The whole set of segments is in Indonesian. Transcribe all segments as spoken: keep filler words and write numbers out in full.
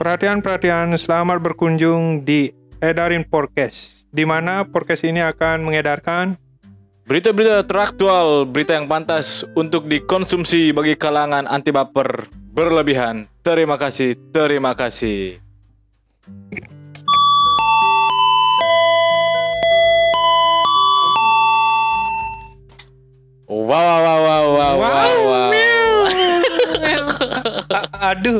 Perhatian-perhatian, selamat berkunjung di Edarin Podcast, di mana podcast ini akan mengedarkan berita-berita teraktual, berita yang pantas untuk dikonsumsi bagi kalangan anti baper berlebihan. Terima kasih, terima kasih. Wow, wow, wow, wow, wow, wow, wow. Aduh.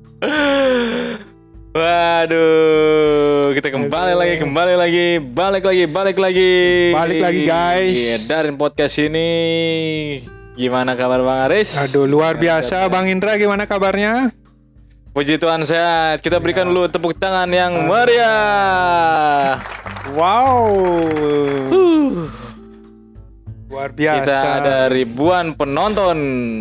Waduh, kita kembali Aduh. lagi, kembali lagi, balik lagi, balik lagi, balik lagi guys. Edarin podcast ini. Gimana kabar Bang Aris? Aduh, luar biasa. Bang Indra, gimana kabarnya? Puji Tuhan sehat. Kita berikan ya. dulu tepuk tangan yang meriah. Wow. Uh. Luar biasa. Kita ada ribuan penonton.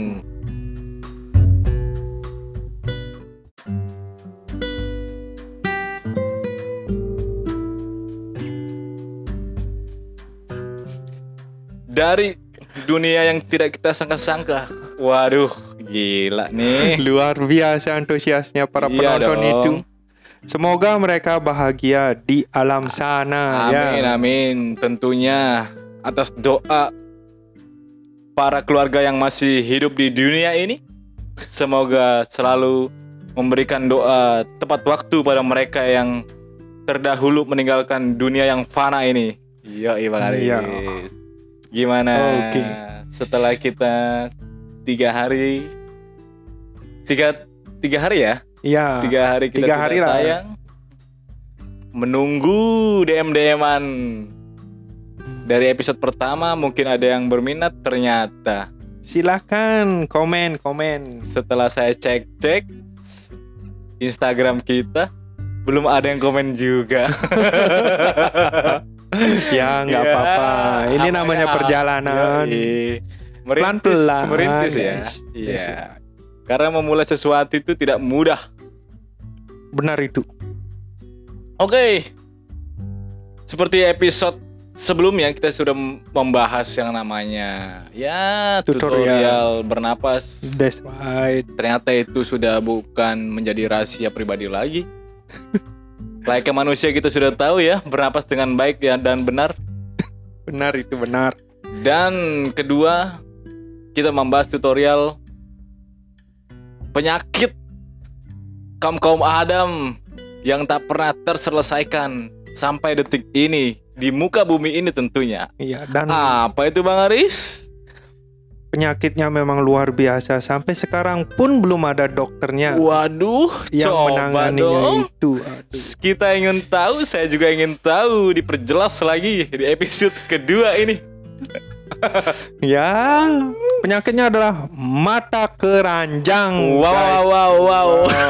Dari dunia yang tidak kita sangka-sangka. Waduh, gila nih. Luar biasa antusiasnya para iya penonton dong. Itu. Semoga mereka bahagia di alam sana. Amin, ya. amin. Tentunya atas doa para keluarga yang masih hidup di dunia ini, semoga selalu memberikan doa tepat waktu pada mereka yang terdahulu meninggalkan dunia yang fana ini. Iya, Bang Aris. Iya. Gimana okay. setelah kita tiga hari tiga tiga hari ya? Iya. Tiga hari kita tiga hari tayang, menunggu D M D M-an dari episode pertama. Mungkin ada yang berminat, ternyata. Silakan komen komen. Setelah saya cek cek Instagram kita, belum ada yang komen juga. Ya nggak ya, apa-apa. Ini namanya perjalanan. Ya, merintis, pelan-pelan, merintis ya. Iya. Yes. Karena memulai sesuatu itu tidak mudah. Benar itu. Oke. Okay. Seperti episode sebelumnya kita sudah membahas yang namanya ya tutorial, tutorial bernapas. That's right. Ternyata itu sudah bukan menjadi rahasia pribadi lagi. Layaknya manusia kita sudah tahu ya, bernapas dengan baik ya dan benar. Benar itu benar. Dan kedua, kita membahas tutorial penyakit kaum-kaum Adam yang tak pernah terselesaikan sampai detik ini di muka bumi ini tentunya. Iya, dan apa itu Bang Aris? Penyakitnya memang luar biasa. Sampai sekarang pun belum ada dokternya. Waduh, yang menanganinya itu. Aduh. Kita ingin tahu, saya juga ingin tahu. Diperjelas lagi di episode kedua ini. Ya, penyakitnya adalah mata keranjang. Wow, guys. wow, wow, wow.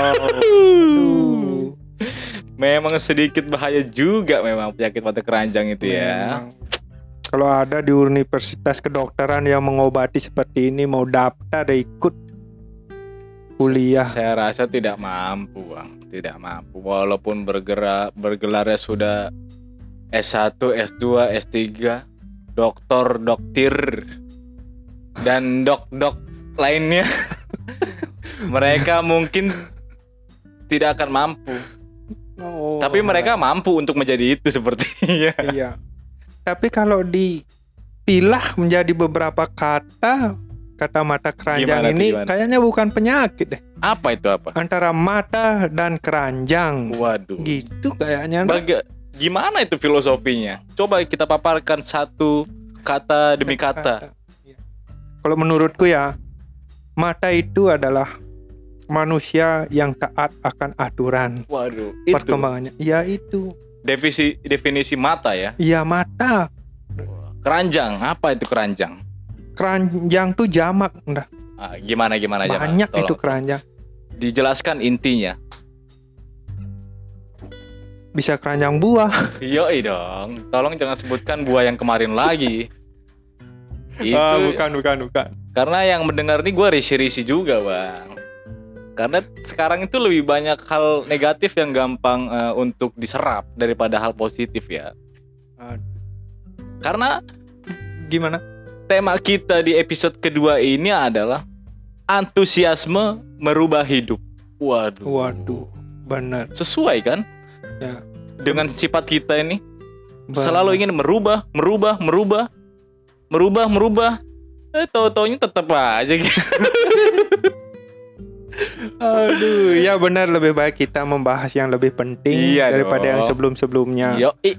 wow. Memang sedikit bahaya juga memang penyakit mata keranjang itu ya. Memang. Kalau ada di universitas kedokteran yang mengobati seperti ini, mau daftar dan ikut kuliah. Saya rasa tidak mampu, Bang. Tidak mampu. Walaupun bergerak bergelarnya sudah S satu, S dua, S tiga, doktor, doktir, dan dok-dok lainnya. Mereka mungkin tidak akan mampu. Oh, Tapi mereka mampu untuk menjadi itu sepertinya. Iya. Tapi kalau dipilah menjadi beberapa kata, kata mata keranjang gimana ini tuh, kayaknya bukan penyakit deh. Apa itu apa? Antara mata dan keranjang. Waduh. Gitu kayaknya. Baga- gimana itu filosofinya? Coba kita paparkan satu kata demi kata. kata. Kalau menurutku ya, mata itu adalah manusia yang taat akan aturan. Waduh. Perkembangannya. Ya itu. Definisi definisi mata ya? Iya, mata. Keranjang, apa itu keranjang? Keranjang tuh jamak, udah. Ah, gimana gimana jamak? Banyak itu keranjang. Dijelaskan intinya. Bisa keranjang buah. Yoi dong. Tolong jangan sebutkan buah yang kemarin lagi. Itu. Ah, bukan bukan bukan. Karena yang mendengar ini gue risi-risi juga, Bang. Karena sekarang itu lebih banyak hal negatif yang gampang uh, untuk diserap daripada hal positif ya. Uh, Karena gimana? Tema kita di episode kedua ini adalah antusiasme merubah hidup. Waduh. Waduh. Benar. Sesuai kan? Ya. Dengan sifat kita ini. Benar. Selalu ingin merubah, merubah, merubah, merubah, merubah. Eh, tahu-taunya tetap aja gitu. Aduh, ya benar, lebih baik kita membahas yang lebih penting Iya daripada dong. yang sebelum-sebelumnya. Yo, i.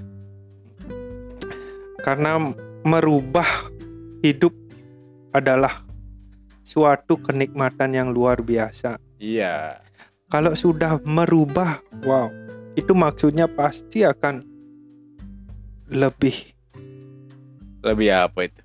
Karena merubah hidup adalah suatu kenikmatan yang luar biasa. Iya. Kalau sudah merubah, wow, itu maksudnya pasti akan lebih. Lebih apa itu?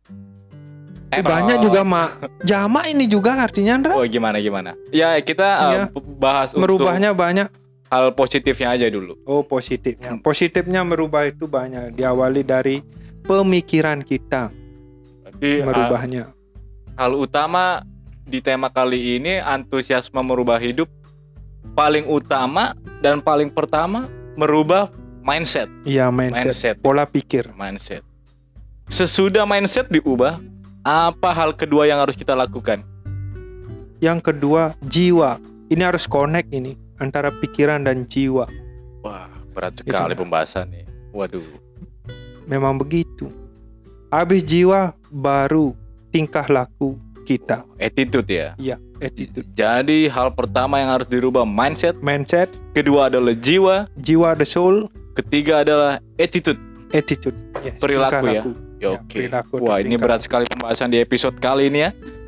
Eh, banyak juga mak jamak ini juga artinya, Ndra. Oh, gimana gimana? Ya, kita uh, Iya. bahas Merubahnya untuk banyak. hal positifnya aja dulu. Oh, positifnya. Positifnya merubah itu banyak. Diawali dari pemikiran kita. Jadi, uh, Merubahnya. hal utama di tema kali ini, antusiasme merubah hidup, paling utama dan paling pertama merubah mindset. Iya, mindset. Mindset. Pola pikir. Mindset. Sesudah mindset diubah, apa hal kedua yang harus kita lakukan? Yang kedua, jiwa. Ini harus connect ini antara pikiran dan jiwa. Wah, berat sekali Itu. pembahasan nih. Waduh. Memang begitu. Habis jiwa baru tingkah laku kita. Attitude ya. Iya, attitude. Jadi hal pertama yang harus dirubah mindset, Mindset, kedua adalah jiwa, jiwa the soul, ketiga adalah attitude, attitude. Yes, perilaku tingkah ya. laku. Ya, Ya, Oke. perilaku dan Wah, ini tingkah berat laku. sekali pembahasan di episode kali ini ya.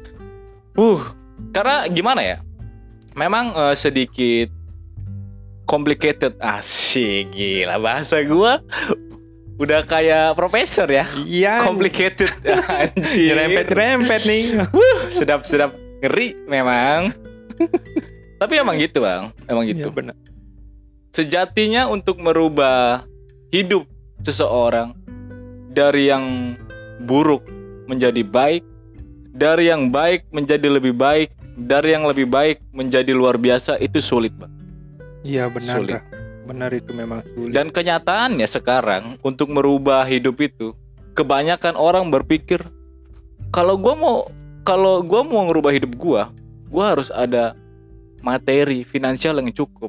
Uh, karena gimana ya? Memang eh, sedikit complicated. Asik, gila bahasa gua udah kayak profesor ya. Iya. Complicated. Anjir. Rempet-rempet nih. Sedap-sedap, ngeri memang. Tapi emang gitu, Bang. Emang gitu. Iya, benar. Sejatinya untuk merubah hidup seseorang dari yang buruk menjadi baik, dari yang baik menjadi lebih baik, dari yang lebih baik menjadi luar biasa, itu sulit, Bang. Iya, benar. Sulit. Ra. Benar, itu memang sulit. Dan kenyataannya sekarang untuk merubah hidup itu, kebanyakan orang berpikir kalau gua mau kalau gua mau ngerubah hidup gua, gua harus ada materi finansial yang cukup.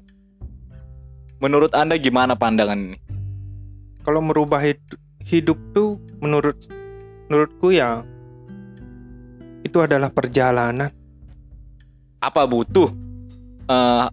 Menurut Anda gimana pandangan ini? Kalau merubah hidup, hidup tuh menurut menurutku ya itu adalah perjalanan. Apa butuh eh,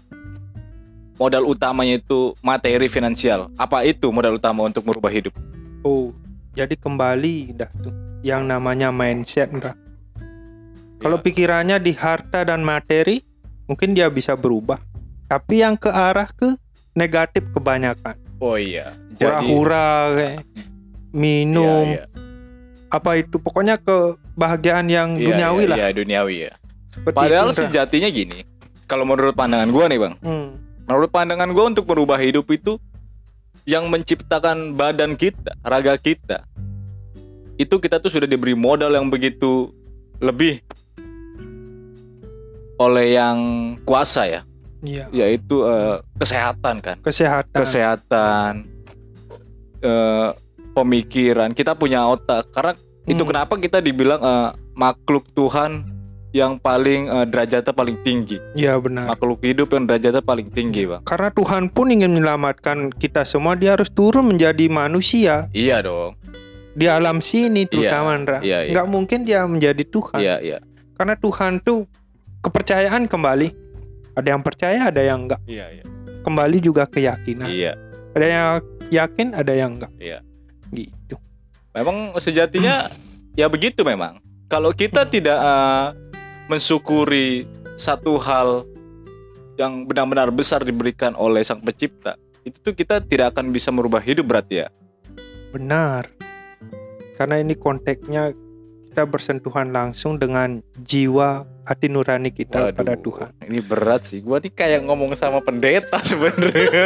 modal utamanya itu materi finansial? Apa itu modal utama untuk merubah hidup? Oh, jadi kembali dah tuh yang namanya mindset, Ndra. Kalau Ya. pikirannya di harta dan materi, mungkin dia bisa berubah. Tapi yang ke arah ke negatif kebanyakan. Oh iya. Hura-hura kayak minum, Iya, iya. apa itu pokoknya kebahagiaan yang Iya, duniawi iya, lah. Iya, duniawi ya. Seperti Padahal itu, Ndra. sejatinya gini. Kalau menurut pandangan gua nih, Bang. Hmm, Menurut pandangan gua untuk merubah hidup itu yang menciptakan badan kita, raga kita. Itu kita tuh sudah diberi modal yang begitu lebih oleh yang kuasa ya, iya. yaitu eh, kesehatan kan. Kesehatan. Kesehatan, eh, pemikiran, kita punya otak. Karena itu Hmm. kenapa kita dibilang eh, makhluk Tuhan yang paling eh, derajatnya paling tinggi, Iya, benar. makhluk hidup yang derajatnya paling tinggi, Bang. Karena Tuhan pun ingin menyelamatkan kita semua, dia harus turun menjadi manusia Iya dong. di alam sini terutama, Ndra. iya, iya. Nggak mungkin dia menjadi Tuhan. Iya, iya. Karena Tuhan tuh kepercayaan kembali. Ada yang percaya, ada yang enggak. Iya, iya. Kembali juga keyakinan. Iya, Ada yang yakin, ada yang enggak. iya. Gitu. Memang sejatinya ya begitu memang. Kalau kita tidak eh, mensyukuri satu hal yang benar-benar besar diberikan oleh Sang Pencipta, itu tuh kita tidak akan bisa merubah hidup berarti ya. Benar. Karena ini konteksnya kita bersentuhan langsung dengan jiwa hati nurani kita Waduh, pada Tuhan. Ini berat sih. Gua nih kayak ngomong sama pendeta sebenarnya.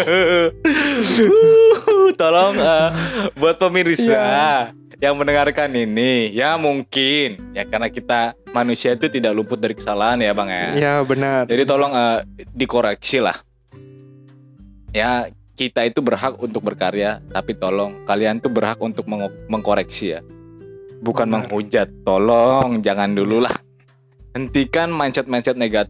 Tolong eh, buat pemirsa Iya. yang mendengarkan ini, ya mungkin ya karena kita manusia itu tidak luput dari kesalahan ya, Bang ya. Ya, benar. Jadi tolong eh, dikoreksi lah. Ya, kita itu berhak untuk berkarya, tapi tolong kalian tuh berhak untuk meng- mengkoreksi ya. Bukan Benar. menghujat. Tolong jangan dulu lah. Hentikan mindset-mindset negatif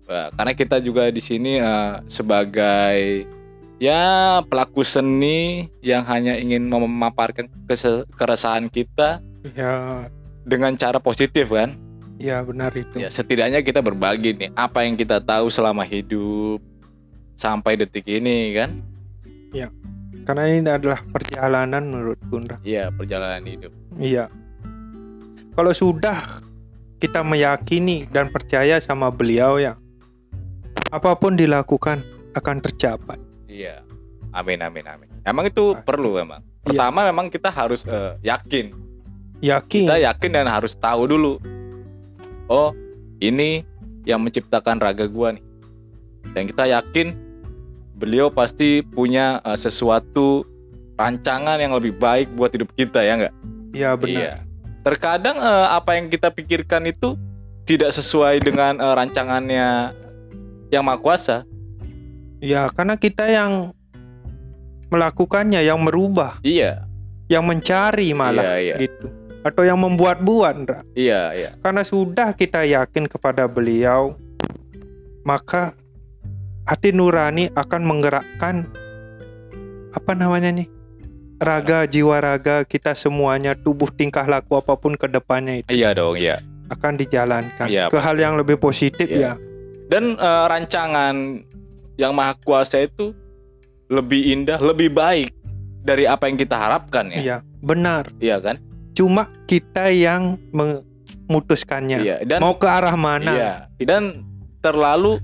Uh, karena kita juga di sini uh, sebagai ya pelaku seni yang hanya ingin memaparkan kese- keresahan kita Ya, dengan cara positif kan. ya benar itu. Ya setidaknya kita berbagi nih apa yang kita tahu selama hidup sampai detik ini kan. Ya, karena ini adalah perjalanan menurutku, Ndra. Iya, perjalanan hidup. Iya. Kalau sudah kita meyakini dan percaya sama beliau ya, apapun dilakukan akan tercapai. Iya. Amin amin amin. Emang itu Pasti. perlu emang. Pertama iya. memang kita harus uh, yakin. Yakin. Kita yakin dan harus tahu dulu. Oh, ini yang menciptakan raga gua nih. Dan kita yakin beliau pasti punya uh, sesuatu rancangan yang lebih baik buat hidup kita, ya enggak? Iya, benar. Iya. Terkadang uh, apa yang kita pikirkan itu tidak sesuai dengan uh, rancangannya Yang Maha Kuasa. Ya, karena kita yang melakukannya, yang merubah. Iya. Yang mencari malah iya, iya. gitu. Atau yang membuat-buat, Ndra. Iya, iya. Karena sudah kita yakin kepada beliau, maka hati nurani akan menggerakkan apa namanya nih? Raga, jiwa raga kita semuanya, tubuh, tingkah laku apapun ke depannya itu. Iya dong, iya. Akan dijalankan iya, ke pasti. Hal yang lebih positif iya. ya. Dan uh, rancangan Yang Maha Kuasa itu lebih indah, lebih baik dari apa yang kita harapkan ya. Iya, benar. Iya kan? Cuma kita yang memutuskannya. Iya, dan mau ke arah mana? Iya. Dan terlalu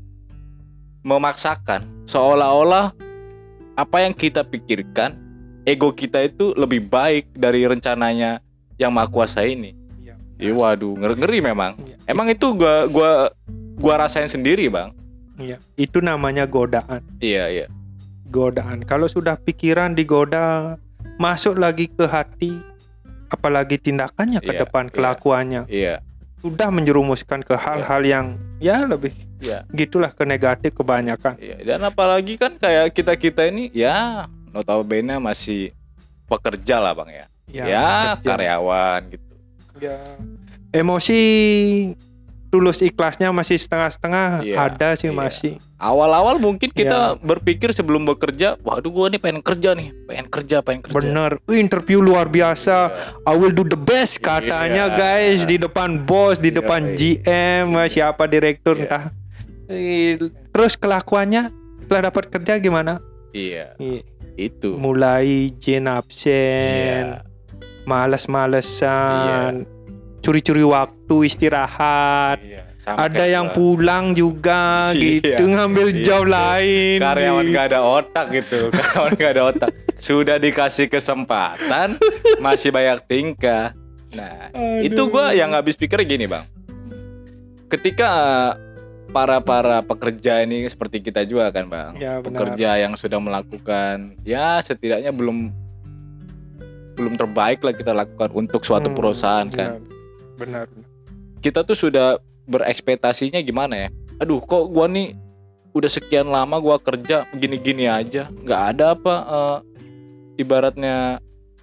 memaksakan, seolah-olah apa yang kita pikirkan, ego kita itu lebih baik dari rencananya Yang Maha Kuasa ini. Iya. Ya, waduh, ngeri-ngeri memang. Iya. Emang itu gua gua gua rasain sendiri, Bang. Iya, itu namanya godaan. Iya, iya. Godaan. Kalau sudah pikiran digoda, masuk lagi ke hati, apalagi tindakannya ke iya, depan, iya, kelakuannya. Iya. Sudah menjerumuskan ke hal-hal iya. yang ya lebih iya. gitulah, ke negatif kebanyakan. Iya. Dan apalagi kan kayak kita-kita ini ya notabene masih pekerja lah, Bang ya. Ya, ya karyawan gitu. Ya. Emosi tulus ikhlasnya masih setengah-setengah, iya, ada sih iya. masih. Awal-awal mungkin kita ya. berpikir sebelum bekerja, waduh gua nih pengen kerja nih, pengen kerja, pengen kerja. Bener, interview luar biasa, iya. I will do the best katanya iya. guys, di depan bos, di iya, depan iya. G M, iya. siapa direktur, iya. entah. Terus kelakuannya setelah dapat kerja gimana? Iya, iya. itu. Mulai jen absen, iya. males-malesan. Iya. Curi-curi waktu istirahat, iya, ada yang pulang juga iya, gitu, ngambil iya, job lain. Karyawan gitu. Gak ada otak gitu, karyawan gak ada otak. Sudah dikasih kesempatan, masih banyak tingkah. Nah, aduh. Itu gue yang gak habis pikir gini, Bang. Ketika para para pekerja ini seperti kita juga kan, Bang, ya, pekerja yang sudah melakukan, ya setidaknya belum belum terbaik lah kita lakukan untuk suatu hmm, perusahaan kan. Ya. Benar. Kita tuh sudah berekspektasinya gimana ya? Aduh, kok gua nih udah sekian lama gua kerja gini-gini aja, nggak ada apa uh, ibaratnya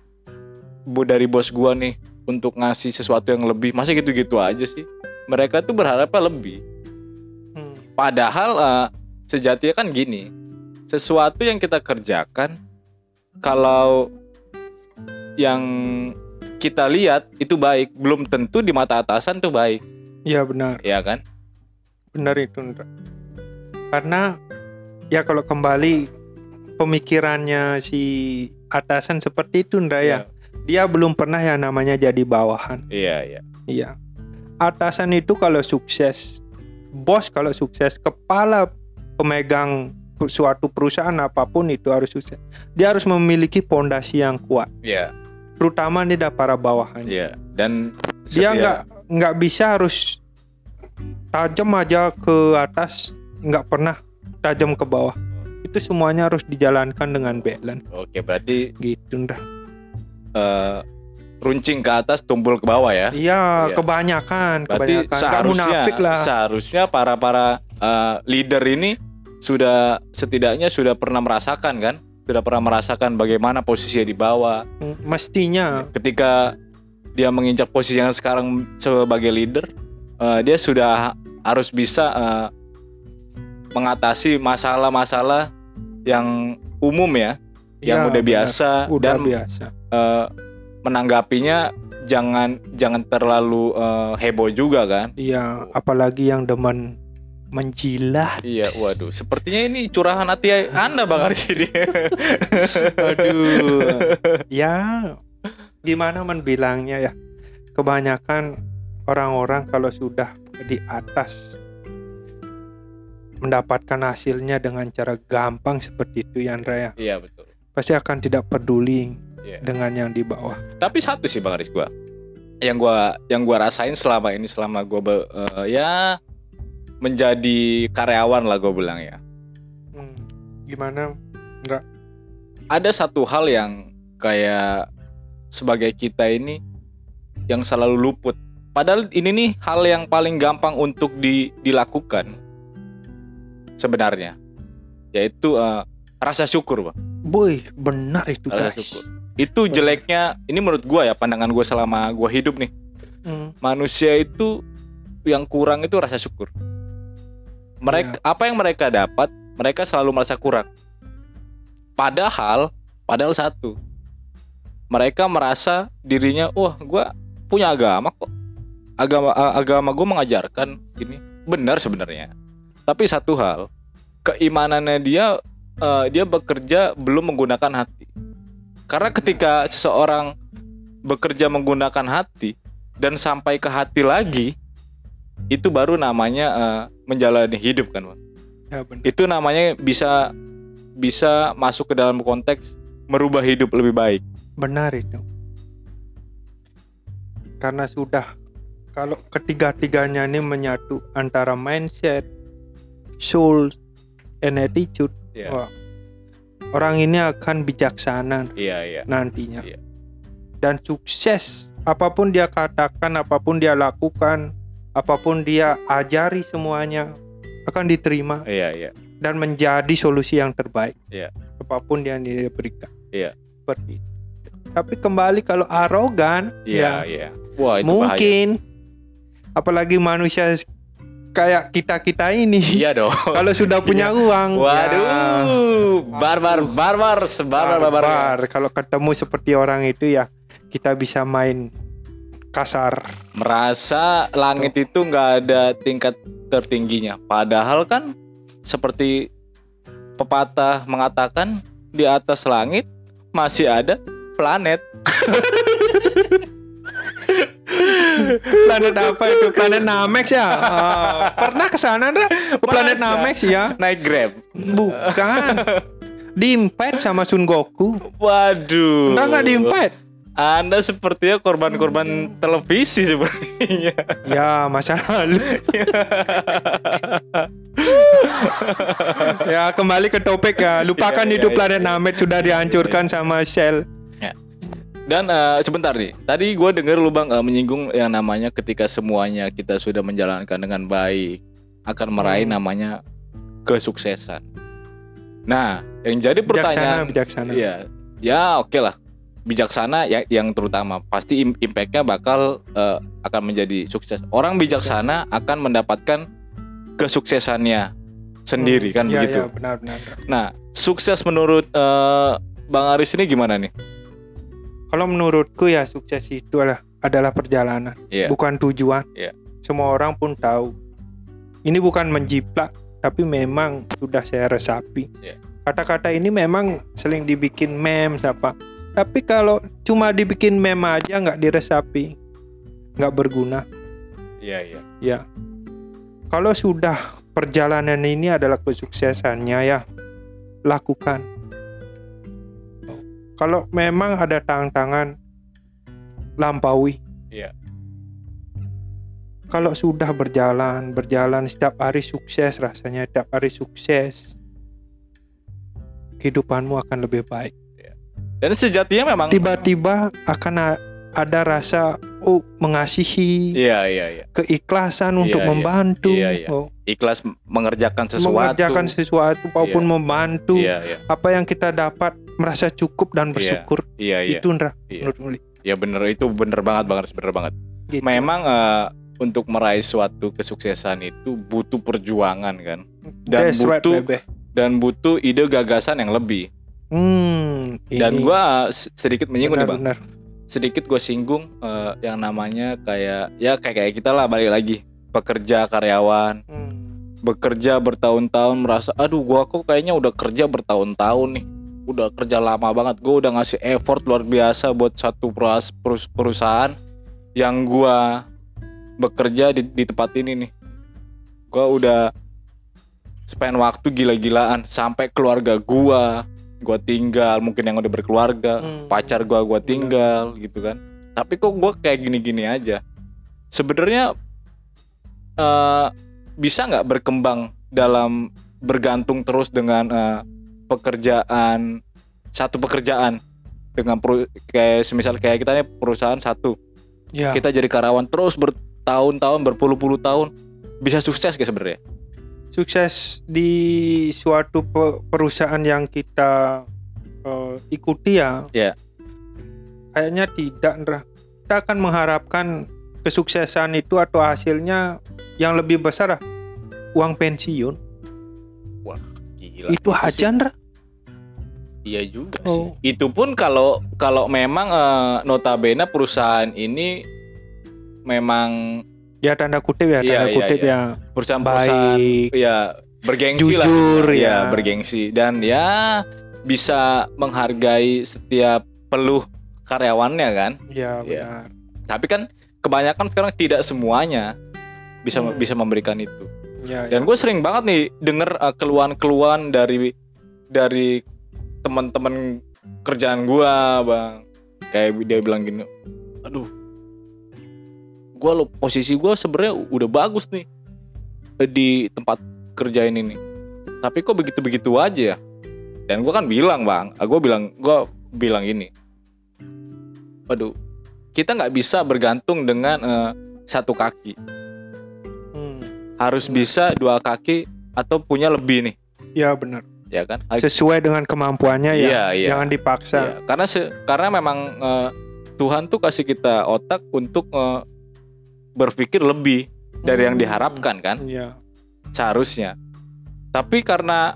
bu dari bos gua nih untuk ngasih sesuatu yang lebih. Masa gitu-gitu aja sih? Mereka tuh berharapnya lebih. Hmm. Padahal uh, sejatinya kan gini, sesuatu yang kita kerjakan kalau yang kita lihat itu baik, belum tentu di mata atasan tuh baik. Iya benar. Iya kan? Benar itu, Ndra. Karena ya kalau kembali pemikirannya si atasan seperti itu, Ndra, ya. Dia belum pernah yang namanya jadi bawahan. Iya, iya. Iya. Atasan itu kalau sukses, bos kalau sukses, kepala pemegang suatu perusahaan apapun itu harus sukses. Dia harus memiliki pondasi yang kuat. Iya. Terutama nih dah para bawahan. Iya. Dan dia nggak nggak bisa harus tajam aja ke atas, nggak pernah tajam ke bawah. Itu semuanya harus dijalankan dengan balance. Oke, berarti gitu dah. Uh, runcing ke atas, tumpul ke bawah ya? Iya, iya. kebanyakan. Berarti kebanyakan. seharusnya, lah. seharusnya para para uh, leader ini sudah setidaknya sudah pernah merasakan kan? Sudah pernah merasakan bagaimana posisinya di bawah. Mestinya. Ketika dia menginjak posisi yang sekarang sebagai leader, uh, dia sudah harus bisa uh, mengatasi masalah-masalah yang umum ya, yang Ya, udah benar. biasa Udah dan biasa. eh, menanggapinya jangan jangan terlalu eh, heboh juga kan. Iya, apalagi yang demen menjilat. Iya, waduh, sepertinya ini curahan hati Anda Bang Aris ini. Aduh. Ya, gimana men bilangnya ya? Kebanyakan orang-orang kalau sudah di atas mendapatkan hasilnya dengan cara gampang seperti itu ya Andra ya. Iya betul. Pasti akan tidak peduli Iya. dengan yang di bawah. Tapi satu sih Bang Aris gua, yang gua yang gua rasain selama ini selama gua be- eh, ya menjadi karyawan lah gua bilang ya. Hmm, gimana? Ada satu hal yang kayak sebagai kita ini yang selalu luput. Padahal ini nih hal yang paling gampang untuk di, dilakukan sebenarnya, yaitu eh, rasa syukur, Bang. Boy, benar itu Rasa guys. syukur. Itu jeleknya, ini menurut gua ya, pandangan gua selama gua hidup nih. Hmm, Manusia itu yang kurang itu rasa syukur. Mereka apa yang mereka dapat, mereka selalu merasa kurang. Padahal, padahal satu, mereka merasa dirinya, wah, gua punya agama kok. Agama a- agama gua mengajarkan ini benar sebenarnya. Tapi satu hal, keimanannya dia, eh, dia bekerja belum menggunakan hati. Karena ketika seseorang bekerja menggunakan hati dan sampai ke hati lagi, itu baru namanya eh, menjalani hidup kan, Bang. ya benar. Itu namanya bisa bisa masuk ke dalam konteks merubah hidup lebih baik. Benar itu. Karena sudah kalau ketiga-tiganya ini menyatu antara mindset, soul, and attitude, Iya. wah, orang ini akan bijaksana Iya, iya. nantinya. Iya. Dan sukses. Apapun dia katakan, apapun dia lakukan, apapun dia ajari, semuanya akan diterima Iya, iya. dan menjadi solusi yang terbaik. Iya. Apapun yang dia berikan. Iya. Seperti itu. Tapi kembali kalau arogan, Iya, ya iya. Wah, itu bahaya. mungkin apalagi manusia kayak kita-kita ini. Iya dong. Kalau sudah punya uang, Waduh, ya, barbar, barbar, sebarbar, barbar. barbar. Kalau ketemu seperti orang itu ya kita bisa main kasar. Merasa langit itu nggak ada tingkat tertingginya. Padahal kan seperti pepatah mengatakan, di atas langit masih ada planet. Planet apa itu? Planet Namex ya? Ah, pernah ke sana Ndra? Ke planet Masa? Namex ya? Naik Grab. Bukan. Diimpet sama Sun Goku. Waduh. Ndra nggak diimpet? Anda sepertinya korban-korban televisi sepertinya. Ya masa lalu. Ya kembali ke topik ya. Lupakan Iya, itu iya, planet iya. Namek sudah dihancurkan sama Shell. Dan eh, sebentar nih, tadi gue denger lu Bang eh, menyinggung yang namanya ketika semuanya kita sudah menjalankan dengan baik akan meraih Hmm. namanya kesuksesan. Nah, yang jadi Bijaksana, pertanyaan, bijaksana. iya, ya oke lah, bijaksana ya, yang terutama pasti im- impact-nya bakal eh, akan menjadi sukses. Orang bijaksana akan mendapatkan kesuksesannya sendiri kan Ya, begitu. ya, benar, benar. Nah, sukses menurut eh, Bang Aris ini gimana nih? Kalau menurutku ya sukses itu adalah adalah perjalanan, Iya. bukan tujuan. Iya. Semua orang pun tahu. Ini bukan menjiplak, tapi memang sudah saya resapi. Iya. Kata-kata ini memang sering dibikin meme siapa. Tapi kalau cuma dibikin meme aja nggak diresapi, nggak berguna. Iya, iya. Ya. Kalau sudah perjalanan ini adalah kesuksesannya ya, lakukan. Kalau memang ada tantangan, lampaui. Iya. Kalau sudah berjalan, berjalan setiap hari sukses rasanya, setiap hari sukses, kehidupanmu akan lebih baik. Dan sejatinya memang Tiba-tiba akan a- ada rasa oh mengasihi, iya, iya, iya. keikhlasan untuk Iya, iya. membantu, Iya, iya. oh, Ikhlas mengerjakan sesuatu. mengerjakan sesuatu maupun Iya. membantu. Iya, iya. Apa yang kita dapat merasa cukup dan bersyukur. Iya, iya. Itu Ndra, Iya. menurut Uli. Ya bener, itu bener banget, Bang Aris, bener banget. Gitu. Memang eh, untuk meraih suatu kesuksesan itu butuh perjuangan kan. dan That's right, butuh baby. dan butuh ide gagasan yang lebih. Hmm, Dan ini gua s- sedikit menyinggung nih bang, benar-benar. sedikit gue singgung eh, yang namanya kayak ya kayak kayak kita lah, balik lagi pekerja karyawan, Hmm. bekerja bertahun-tahun merasa aduh gua kok kayaknya udah kerja bertahun-tahun nih, udah kerja lama banget, gue udah ngasih effort luar biasa buat satu peruas- perus- perusahaan yang gua bekerja di, di tempat ini nih. Gua udah spend waktu gila-gilaan sampai keluarga gua gua tinggal, mungkin yang udah berkeluarga, Hmm. pacar gua gua tinggal gitu kan. Tapi kok gua kayak gini-gini aja. Sebenarnya eh, bisa nggak berkembang dalam bergantung terus dengan eh, pekerjaan, satu pekerjaan dengan peru- kayak semisal kayak kita nih perusahaan satu, Ya. kita jadi karyawan terus bertahun-tahun, berpuluh-puluh tahun, bisa sukses gak sebenarnya? Sukses di suatu pe- perusahaan yang kita eh, ikuti ya. Ya. Kayaknya tidak, Ndra. Kita akan mengharapkan kesuksesan itu atau hasilnya yang lebih besar lah. Uang pensiun. Wah, gila. Itu aja, Ndra. Iya juga Oh. sih. Itu pun kalau kalau memang eh, notabene perusahaan ini memang Ya tanda kutip ya, Iya, tanda iya, kutip iya. ya. perusahaan-perusahaan Baik. ya bergengsi lah. Jujur, ya. bergengsi dan ya bisa menghargai setiap peluh karyawannya kan. Ya Iya. benar. Tapi kan kebanyakan sekarang tidak semuanya bisa Hmm. bisa memberikan itu. Ya, Dan ya. gue sering banget nih denger uh, keluhan-keluhan dari dari teman-teman kerjaan gue, bang. Kayak dia bilang gini, aduh, gue lo posisi gue sebenarnya udah bagus nih eh, di tempat kerja ini nih. Tapi kok begitu-begitu aja ya? Dan gue kan bilang bang, gue bilang gue bilang ini, aduh, kita nggak bisa bergantung dengan uh, satu kaki. Hmm. Harus bisa dua kaki atau punya lebih nih, Ya benar. ya kan? Sesuai dengan kemampuannya ya. Iya, iya. Jangan dipaksa. Iya, karena se- karena memang eh, Tuhan tuh kasih kita otak untuk eh, berpikir lebih dari yang Hmm. diharapkan kan, Iya. seharusnya. Tapi karena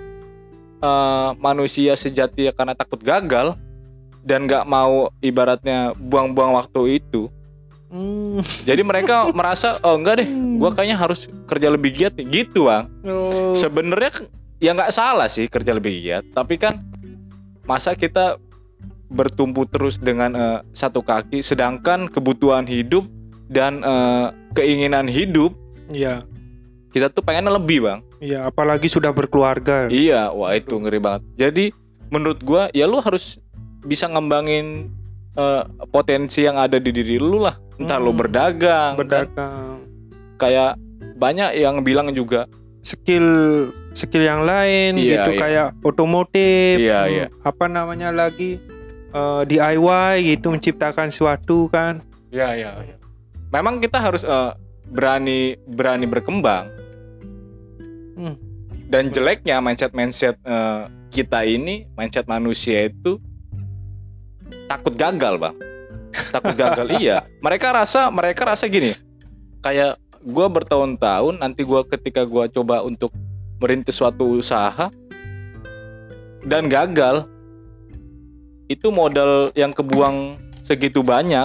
eh, manusia sejati karena takut gagal dan nggak mau ibaratnya buang-buang waktu itu, Hmm. jadi mereka merasa oh enggak deh, gua kayaknya harus kerja lebih giat nih, gitu bang. Oh. Sebenarnya ya nggak salah sih kerja lebih giat, tapi kan masa kita bertumpu terus dengan eh, satu kaki, sedangkan kebutuhan hidup dan eh, keinginan hidup Iya. kita tuh pengennya lebih bang. Iya, apalagi sudah berkeluarga. Iya, wah itu ngeri banget. Jadi menurut gua ya lu harus bisa ngembangin eh, potensi yang ada di diri lu lah. Entah lu Hmm. berdagang, kan? Berdagang. Kayak banyak yang bilang juga Skill skill yang lain Iya, gitu iya. kayak otomotif. Iya, hmm, iya. Apa namanya lagi? eh, D I Y gitu, menciptakan sesuatu kan. ya ya ya. Memang kita harus eh, berani berani berkembang. Hmm. Dan jeleknya mindset-mindset eh, kita ini, mindset manusia itu takut gagal, Bang. Takut gagal. Iya. Mereka rasa mereka rasa gini. Kayak gua bertahun-tahun, nanti gua ketika gua coba untuk merintis suatu usaha dan gagal, itu modal yang kebuang segitu banyak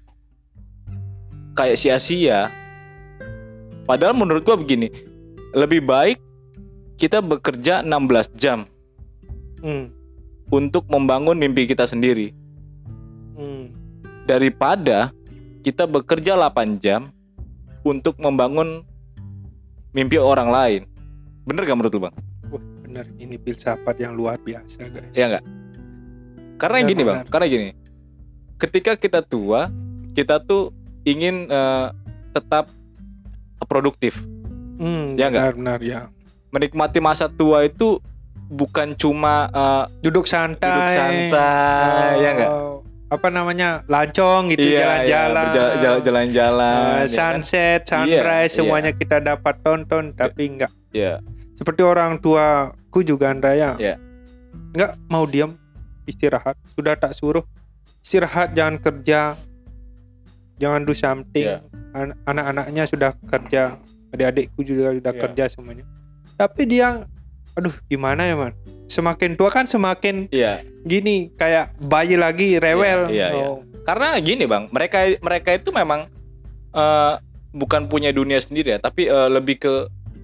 kayak sia-sia. Padahal menurut gua begini, lebih baik kita bekerja enam belas jam Hmm. untuk membangun mimpi kita sendiri Hmm. daripada kita bekerja delapan jam untuk membangun mimpi orang lain. Bener gak menurut lu, Bang? Wah, benar, ini filsafat yang luar biasa, guys. Iya nggak? Karena Benar, gini, Bang, benar. karena gini. Ketika kita tua, kita tuh ingin eh, tetap produktif. Hmm, Ya nggak? benar, benar ya. Menikmati masa tua itu bukan cuma eh, Duduk santai. duduk santai, ya nggak? Oh, apa namanya? Lancong gitu, Iya, iya, jalan-jalan. berja- jalan- jalan-jalan, Eh, ya kan? sunset, Iya, sunrise, iya. semuanya kita dapat tonton, tapi enggak. Iya. Seperti orang tuaku juga, Andrea. Iya. Enggak mau diam, istirahat. Sudah tak suruh istirahat, jangan kerja, jangan do something. Iya. An- anak-anaknya sudah kerja, adik-adikku juga sudah Iya. kerja semuanya. Tapi dia, aduh gimana ya man? Semakin tua kan semakin Iya. gini kayak bayi lagi rewel. Iya, iya, iya. Oh. Karena gini bang, mereka mereka itu memang uh, bukan punya dunia sendiri ya, tapi uh, lebih ke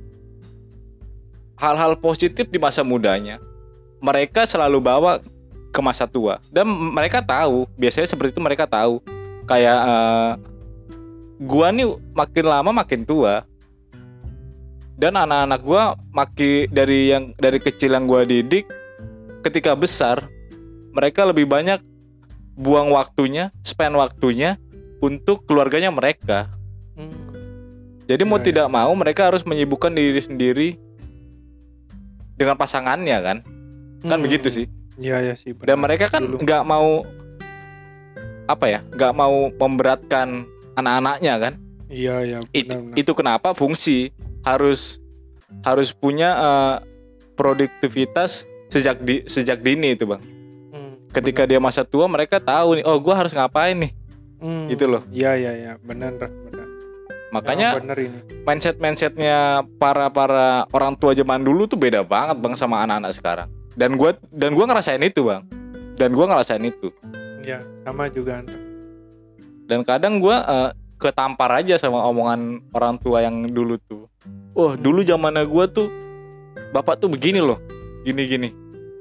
hal-hal positif di masa mudanya. Mereka selalu bawa ke masa tua dan mereka tahu, biasanya seperti itu mereka tahu. Kayak uh, gua nih makin lama makin tua. Dan anak-anak gua makin dari yang dari kecil yang gua didik, ketika besar mereka lebih banyak buang waktunya, spend waktunya untuk keluarganya mereka. Hmm. Jadi mau Ya, tidak mau mereka harus menyibukkan diri sendiri dengan pasangannya kan, kan Hmm. begitu sih. Iya ya sih. Dan benar. mereka kan Dulu. nggak mau apa ya, nggak mau memberatkan anak-anaknya kan. Iya ya. It- Benar-benar. itu kenapa fungsi harus harus punya uh, produktivitas sejak di sejak dini itu bang. Hmm. Ketika dia masa tua mereka tahu nih, oh gue harus ngapain nih, Hmm. gitu loh. Iya ya ya. Benar benar. Makanya Ya, benar ini. mindset mindsetnya para para orang tua zaman dulu tuh beda banget bang sama anak-anak sekarang. Dan gue dan gue ngerasain itu bang. Dan gue ngerasain itu. Ya sama juga. Dan kadang gue uh, ketampar aja sama omongan orang tua yang dulu tuh. Oh dulu zamannya gue tuh bapak tuh begini loh, gini-gini.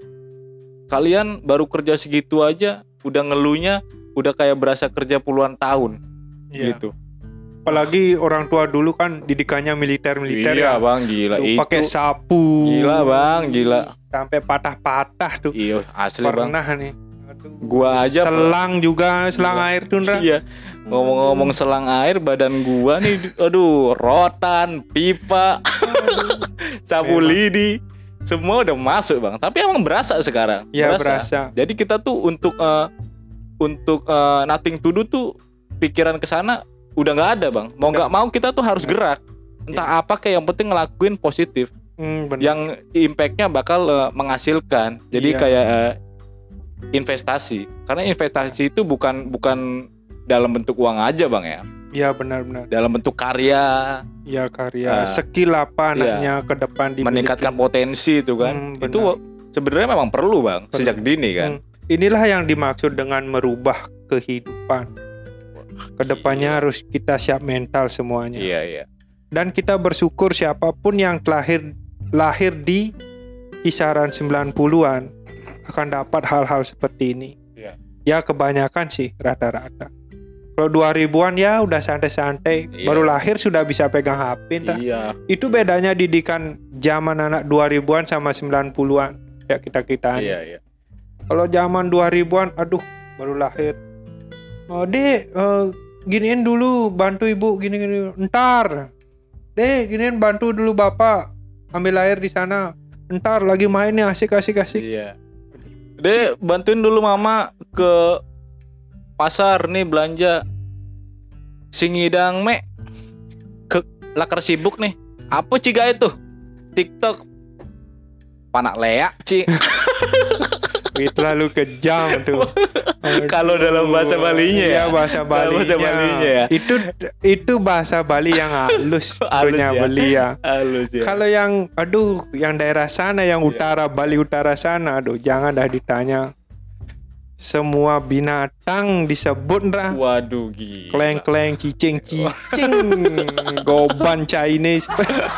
Kalian baru kerja segitu aja udah ngeluhnya, udah kayak berasa kerja puluhan tahun, Iya. gitu. Apalagi orang tua dulu kan didikannya militer-militer Iya ya. bang, gila Tuh, itu. pakai sapu. Gila, Bang, gila. Sampai patah-patah tuh. Iya asli bang. Pernah nih. Aduh. Gua aja selang juga, selang Gila. air tuh Ndra. Iya. Ngomong-ngomong selang air, badan gua nih, aduh, rotan, pipa, sapu Memang. lidi, semua udah masuk bang. Tapi emang berasa sekarang. Iya berasa. Jadi kita tuh untuk eh, untuk eh, nothing to do tuh pikiran kesana udah nggak ada bang. Mau nggak mau kita tuh harus gerak. Entah apa kayak yang penting ngelakuin positif. Hmm, bener. Yang impactnya bakal eh, menghasilkan. Jadi Iya. kayak eh, investasi. Karena investasi itu bukan bukan dalam bentuk uang aja bang ya. Iya benar-benar. Dalam bentuk karya, Iya karya, Ah. skill apa Iya. anaknya ke depan dimiliki. meningkatkan potensi itu kan. Hmm, benar. itu sebenarnya memang perlu bang Perlu. sejak dini kan. Hmm. Inilah yang dimaksud dengan merubah kehidupan. Kedepannya harus kita siap mental semuanya. Iya iya. Dan kita bersyukur siapapun yang lahir lahir di kisaran sembilan puluhan akan dapat hal-hal seperti ini. Iya. Ya kebanyakan sih rata-rata. Kalau dua ribuan ya udah santai-santai, Iya. baru lahir sudah bisa pegang H P. Entah. Iya. Itu bedanya didikan zaman anak dua ribuan sama sembilan puluhan. Ya kita-kita. Iya iya. Kalau zaman dua ribuan, aduh, baru lahir. Oh, Dek, eh, giniin dulu, bantu ibu gini-gini. Entar. Dek, giniin bantu dulu bapak. Ambil air di sana. Entar lagi main nih asik-asik-asik. Iya. Dek, bantuin dulu mama ke pasar nih belanja. Singidang me ke lakar sibuk nih. Apa ciga itu? TikTok. Panak leak, Ci. Itu terlalu kejam tuh. Kalau dalam bahasa Balinya ya. Iya, bahasa Dalam Balinya. bahasa Balinya ya. Itu itu bahasa Bali yang halus, Halus punya ya. Bali ya. Halus ya. Kalau yang aduh, yang daerah sana, yang Iya. utara, Bali utara sana, aduh, jangan dah ditanya. Semua binatang disebut Ndra. Waduh gila. Kleng-kleng, cicing-cicing, goban Chinese.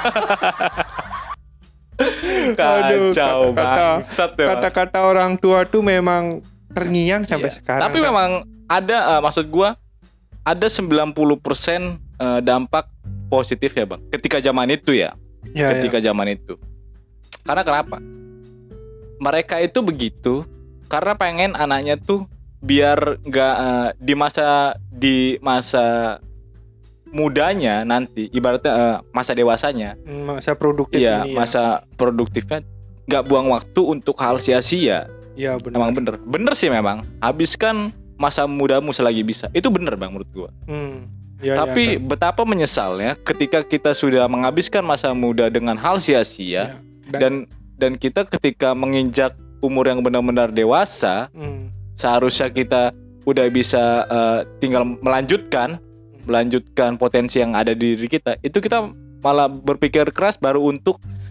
Aduh, Kacau kata-kata- bangsat ya. Kata-kata orang tua tuh memang terngiang sampai Iya. sekarang. Tapi Ndra. memang ada eh, maksud gua ada sembilan puluh persen eh, dampak positif ya, Bang. Ketika zaman itu ya. Ya, ya. ketika zaman itu. Karena kenapa? Mereka itu begitu karena pengen anaknya tuh biar nggak eh, di masa di masa mudanya nanti, ibaratnya eh, masa dewasanya, masa produktif iya ini ya. masa produktifnya nggak buang waktu untuk hal sia-sia. Ya benar. Emang bener, bener sih memang. Habiskan masa mudamu selagi bisa. Itu bener bang menurut gua. Hmm. Ya, Tapi ya, betapa menyesalnya ketika kita sudah menghabiskan masa muda dengan hal sia-sia. ya. dan dan kita ketika menginjak umur yang benar-benar dewasa, Hmm. seharusnya kita udah bisa eh, tinggal melanjutkan melanjutkan potensi yang ada di diri kita. Itu kita malah berpikir keras baru untuk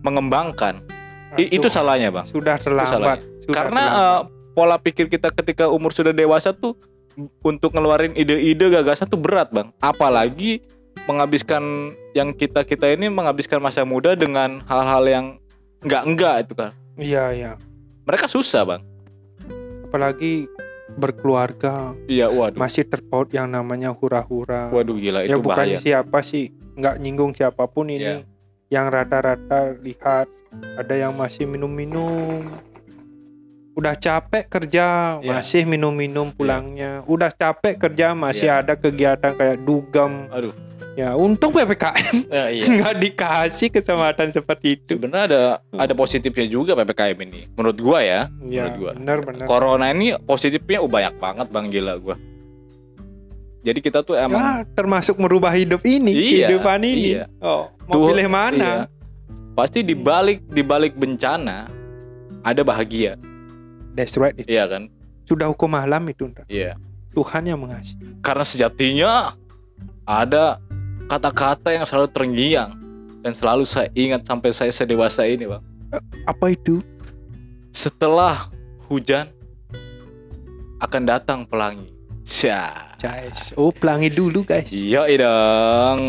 mengembangkan. I- Aduh, itu salahnya, Bang. sudah salahnya. terlambat. Sudah Karena terlambat. uh, pola pikir kita ketika umur sudah dewasa tuh untuk ngeluarin ide-ide gagasan tuh berat, Bang. Apalagi menghabiskan yang kita-kita ini menghabiskan masa muda dengan hal-hal yang enggak-enggak itu kan. Iya, iya. Mereka susah, Bang. Apalagi berkeluarga, Iya, waduh. masih terpaut yang namanya hura-hura. Waduh, gila Ya itu bukan bahaya. siapa sih, nggak nyinggung siapapun ini. Iya. Yang rata-rata lihat ada yang masih minum-minum. Udah capek kerja, Iya. masih minum-minum pulangnya. Udah capek kerja, masih Iya. ada kegiatan kayak dugem. Aduh. Ya, untung P P K M Ya, iya. nggak dikasih kesempatan seperti itu. Sebenarnya ada ada positifnya juga P P K M ini. Menurut gua ya. Ya, menurut gua. benar-benar. Corona ini positifnya oh, banyak banget, Bang, gila gua. Jadi kita tuh emang Ya, termasuk merubah hidup ini, Iya, kehidupan ini. iya. Oh, mau Tuh, pilih mana? iya. Pasti di balik di balik bencana ada bahagia, That's right. Itu. iya kan? Sudah hukum alam itu, Ndra. Iya. Tuhan yang mengasihi. Karena sejatinya ada kata-kata yang selalu terngiang dan selalu saya ingat sampai saya sedewasa ini, Bang. Apa itu? Setelah hujan akan datang pelangi. Syah. Guys, oh pelangi dulu guys. Iya dong.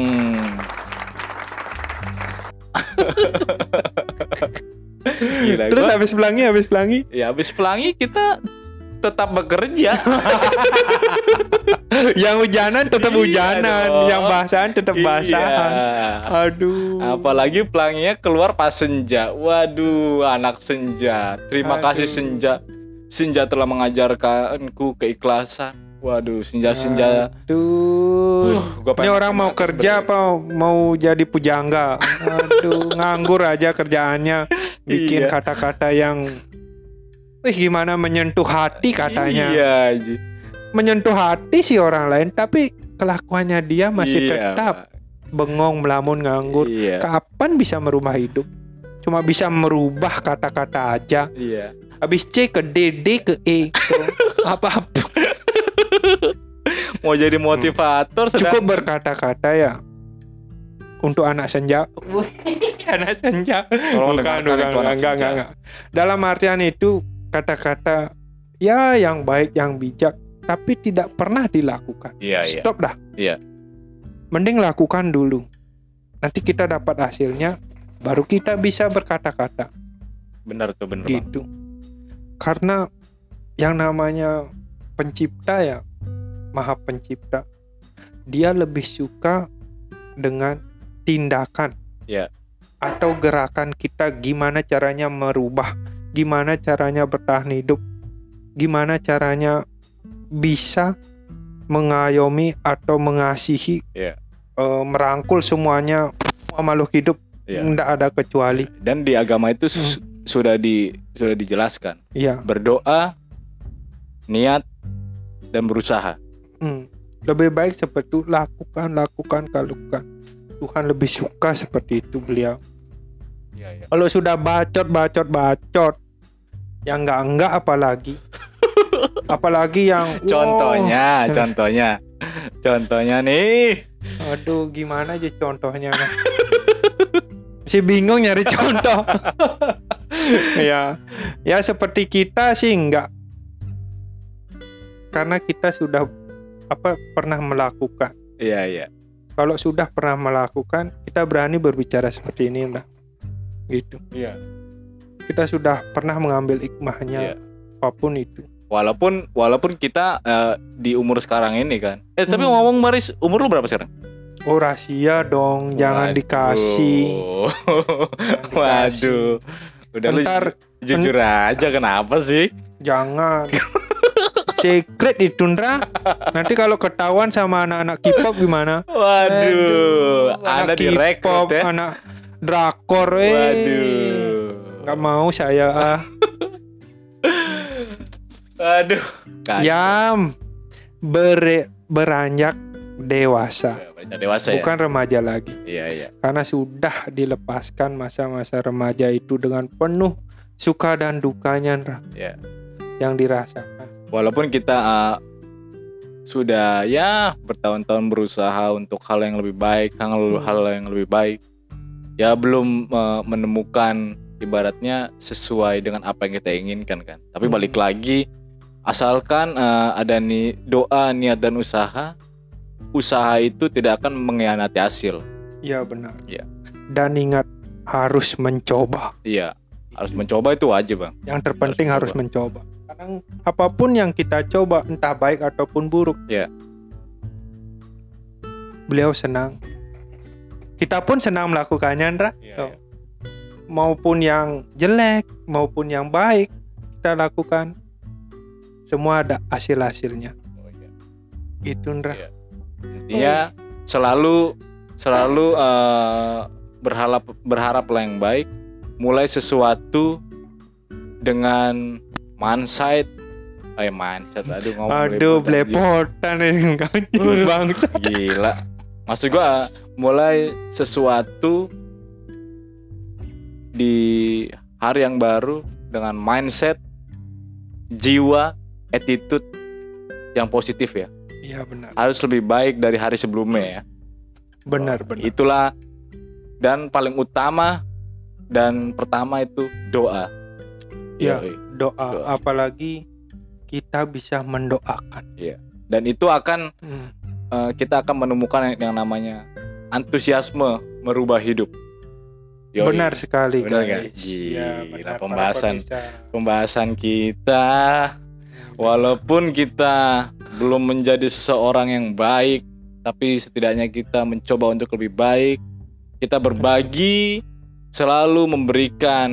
Gila, Terus gua- habis pelangi, habis pelangi. ya habis pelangi kita tetap bekerja. Yang hujanan tetap Iya hujanan, dong. yang basahan tetap basahan. Iya. Aduh. Apalagi pelanginya keluar pas senja. Waduh, anak senja. Terima Aduh. kasih senja. Senja telah mengajarkanku keikhlasan. Waduh, senja-senja. Aduh. Uh, gua Ini pengen orang mati mau kerja sebenarnya. apa mau jadi pujangga? Aduh, nganggur aja kerjaannya. Bikin Iya. kata-kata yang Wih, gimana menyentuh hati katanya. Iya, Ji. Menyentuh hati sih orang lain, tapi kelakuannya dia masih Iya, tetap Pak. bengong, melamun, nganggur. Iya. Kapan bisa merubah hidup? Cuma bisa merubah kata-kata aja. Iya. Habis C ke D, D ke E. Tuh. Apa-apa. Mau jadi motivator sedang Cukup berkata-kata ya. Untuk anak senja. Anak senja. Tolong Bukan, dengarkan bukan, itu anak enggak, senja. enggak, enggak. Dalam artian itu kata-kata ya yang baik, yang bijak, tapi tidak pernah dilakukan. Iya, iya. Stop dah. Iya. Mending lakukan dulu. Nanti kita dapat hasilnya, baru kita bisa berkata-kata. Benar tuh, benar, Bang. Gitu. Karena yang namanya pencipta ya, Maha Pencipta, dia lebih suka dengan tindakan Iya. atau gerakan kita, gimana caranya merubah, gimana caranya bertahan hidup, gimana caranya bisa mengayomi atau mengasihi, Iya. eh, merangkul semuanya, semua makhluk hidup, Iya. tidak ada kecuali. Dan di agama itu su- sudah di sudah dijelaskan. Iya. Berdoa, niat, dan berusaha. Hmm. Lebih baik seperti itu, lakukan, lakukan, lakukan. Tuhan lebih suka seperti itu beliau. Iya, iya. Kalau sudah bacot, bacot, bacot, yang enggak enggak apalagi, apalagi yang Contohnya, contohnya. Contohnya nih. wow, aduh gimana aja contohnya mah. Si bingung nyari contoh. Ya, ya seperti kita sih enggak, karena kita sudah apa pernah melakukan. Iya, iya. Kalau sudah pernah melakukan, kita berani berbicara seperti ini, lah. Gitu. Iya. Kita sudah pernah mengambil hikmahnya, Iya. apapun itu. Walaupun walaupun kita eh, di umur sekarang ini kan. Eh, tapi Hmm. ngomong Maris, umur lu berapa sekarang? Oh rahasia dong, jangan Waduh. dikasih. Waduh. Udah lu Ntar ju- jujur aja, kenapa sih? jangan. Secret itu, Ndra. Nanti kalau ketahuan sama anak-anak K-pop gimana? Waduh, Anda anak direkrut K-pop, ya. anak drakor, eh. Waduh. Nggak mau saya ah. Aduh. Kacau. Yam bere, beranjak dewasa, Ya, banyak dewasa bukan remaja lagi. ya. Iya, iya. Karena sudah dilepaskan masa-masa remaja itu dengan penuh suka dan dukanya, Ndra, Iya. yang dirasakan. Walaupun kita uh, sudah ya bertahun-tahun berusaha untuk hal yang lebih baik, hal, Hmm. hal yang lebih baik. ya belum uh, menemukan ibaratnya sesuai dengan apa yang kita inginkan kan. Tapi Hmm. balik lagi, asalkan uh, ada nih doa, niat dan usaha, usaha itu tidak akan mengkhianati hasil. Iya benar. Iya. Dan ingat, harus mencoba. Iya, harus mencoba itu wajib bang. Yang terpenting harus, Harus mencoba. Karena apapun yang kita coba, entah baik ataupun buruk, Iya. beliau senang. Kita pun senang melakukannya, Ndra. Iya, So, iya. maupun yang jelek, maupun yang baik kita lakukan, semua ada hasil-hasilnya. Oh, iya. Itu, Ndra. Iya. Intinya selalu selalu uh, berharap berharaplah yang baik, mulai sesuatu dengan mindset, eh mindset, aduh ngomong Aduh, belepotan, belepotan ini bangsa. gila. Maksud gua mulai sesuatu di hari yang baru dengan mindset, jiwa, attitude yang positif ya. Iya benar. Harus lebih baik dari hari sebelumnya ya. Benar, benar. Itulah, dan paling utama dan pertama itu doa. Ya, Yoi. doa. Doa. Apalagi kita bisa mendoakan. Dan itu akan Hmm. uh, kita akan menemukan yang, yang namanya antusiasme merubah hidup. Yoi. Benar sekali, Benar nggak? guys. Gila, Ya, benar. Para pembahasan. pemirsa. Pembahasan kita, walaupun kita belum menjadi seseorang yang baik, tapi setidaknya kita mencoba untuk lebih baik. Kita berbagi, selalu memberikan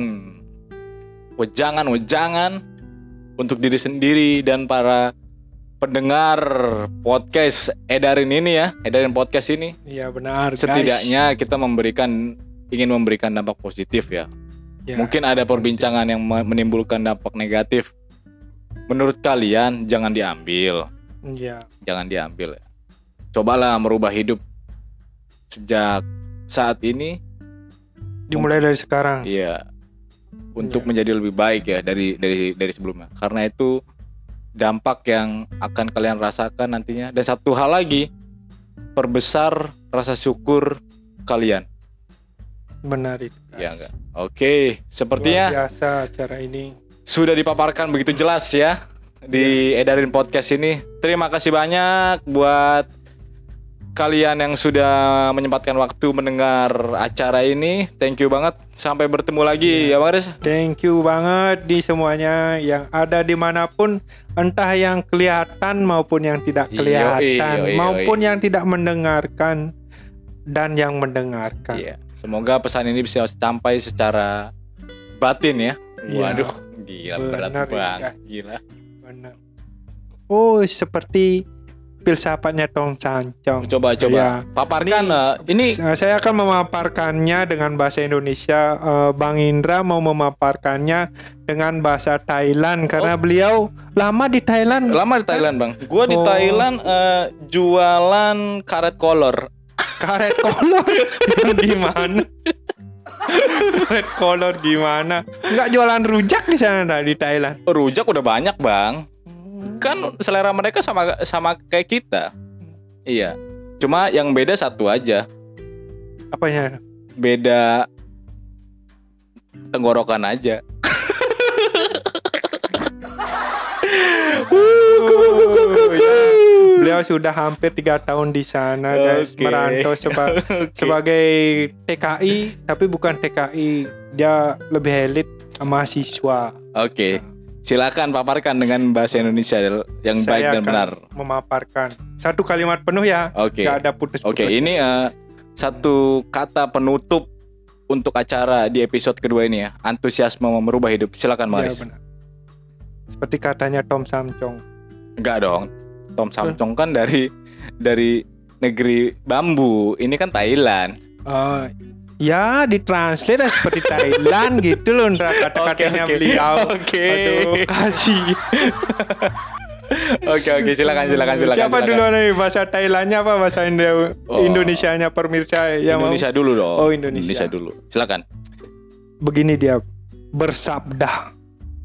wejangan-wejangan untuk diri sendiri dan para pendengar podcast Edarin ini ya, Edarin podcast ini. Iya benar, guys. Setidaknya kita memberikan, ingin memberikan dampak positif ya. Ya, Mungkin ada perbincangan yang menimbulkan dampak negatif. Menurut kalian jangan diambil, Iya. jangan diambil ya. Cobalah merubah hidup sejak saat ini, Dimulai dari sekarang. iya, untuk Iya. menjadi lebih baik ya dari dari dari sebelumnya. Karena itu dampak yang akan kalian rasakan nantinya. Dan satu hal lagi, perbesar rasa syukur kalian. Benar itu, guys. Ya enggak? Oke, sepertinya Luar biasa acara ini. sudah dipaparkan begitu jelas ya di Edarin Podcast ini. Terima kasih banyak buat kalian yang sudah menyempatkan waktu mendengar acara ini. Thank you banget. Sampai bertemu lagi ya Bang Riz. Thank you banget di semuanya yang ada dimanapun, entah yang kelihatan maupun yang tidak Yoi, kelihatan, yoi, yoi. maupun yang tidak mendengarkan dan yang mendengarkan. Iya. Semoga pesan ini bisa sampai secara batin ya. Iya. Waduh, gila berat Benar, banget. ya. Gila. Benar. Oh, seperti filsafatnya Tom Sancong. Coba coba Ya. paparkan Ini- eh, ini Uh, Saya akan memaparkannya dengan bahasa Indonesia. Uh, Bang Indra mau memaparkannya dengan bahasa Thailand karena beliau lama di Thailand. lama di Thailand, Bang. Gua di Oh. Thailand eh, jualan karet kolor. Karet kolor gimana? Karet kolor gimana? Enggak jualan rujak di sana dah, di Thailand. Rujak udah banyak, Bang. Kan selera mereka sama sama kayak kita. Iya. Cuma yang beda satu aja. Apanya? Beda tenggorokan aja. Oh, ya. Beliau sudah hampir tiga tahun di sana, guys, Oke. merantau seba- Oke. sebagai T K I, tapi bukan T K I, dia lebih elit mahasiswa. Oke. Silakan paparkan dengan bahasa Indonesia yang baik Saya dan akan benar. memaparkan satu kalimat penuh ya, Oke. nggak ada putus-putus. Oke, ini eh, satu kata penutup untuk acara di episode kedua ini ya. Antusiasme merubah hidup. Silakan, Ya, Maris. benar. Seperti katanya Tom Samcong. Enggak dong. Tom Samcong kan dari dari negeri bambu. Ini kan Thailand. Oh, ya ditranslate lah seperti Thailand gitu loh, Ndra, kata-katanya Oke, oke. beliau. Oke. Aduh, kasih. Oke oke silakan silakan silakan. Siapa silakan. duluan nih, bahasa Thailandnya apa bahasa Indo- Oh. Indonesianya pemirsa yang mau? Indonesia dulu dong. Oh, Indonesia. dulu. Silakan. Begini dia bersabda.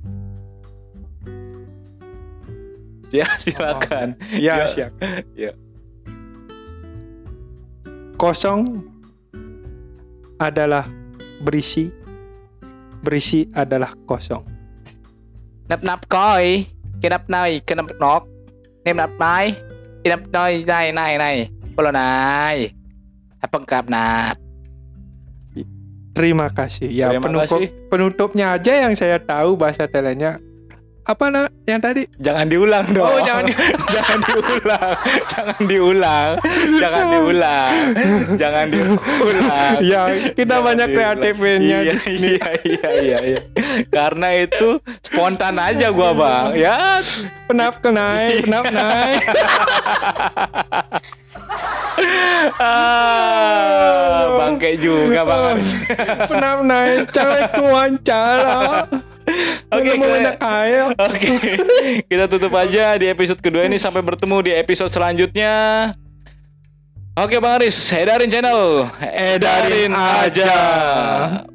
Ya silakan. Ya, Ya. siap. Ya. Kosong adalah berisi, berisi adalah kosong. Nap nap koi, kenap nai, kenap nok, nem nap nai, kenap nai nai nai nai, polo nai, apa kap nap. Terima kasih. Ya, Terima penutup, kasih. penutupnya aja yang saya tahu bahasa Thailandnya. Apa nak yang tadi? Jangan diulang dong. Oh, jangan di- jangan diulang. Jangan diulang. Jangan diulang. Jangan diulang. Ya, kita Jangan banyak diulang. kreatifnya Iya, di sini. iya, iya, iya, iya. Karena itu spontan aja gua, Bang. Ya, Penap kenai, penap naik. ah, bangke juga, Bang Aris. Penap naik, cewek wawancara. Oke, Mau kita- banyak kaya. Oke, kita tutup aja di episode kedua ini. Sampai bertemu di episode selanjutnya. Oke, Bang Aris, Edarin Channel, Edarin Edarin aja. aja.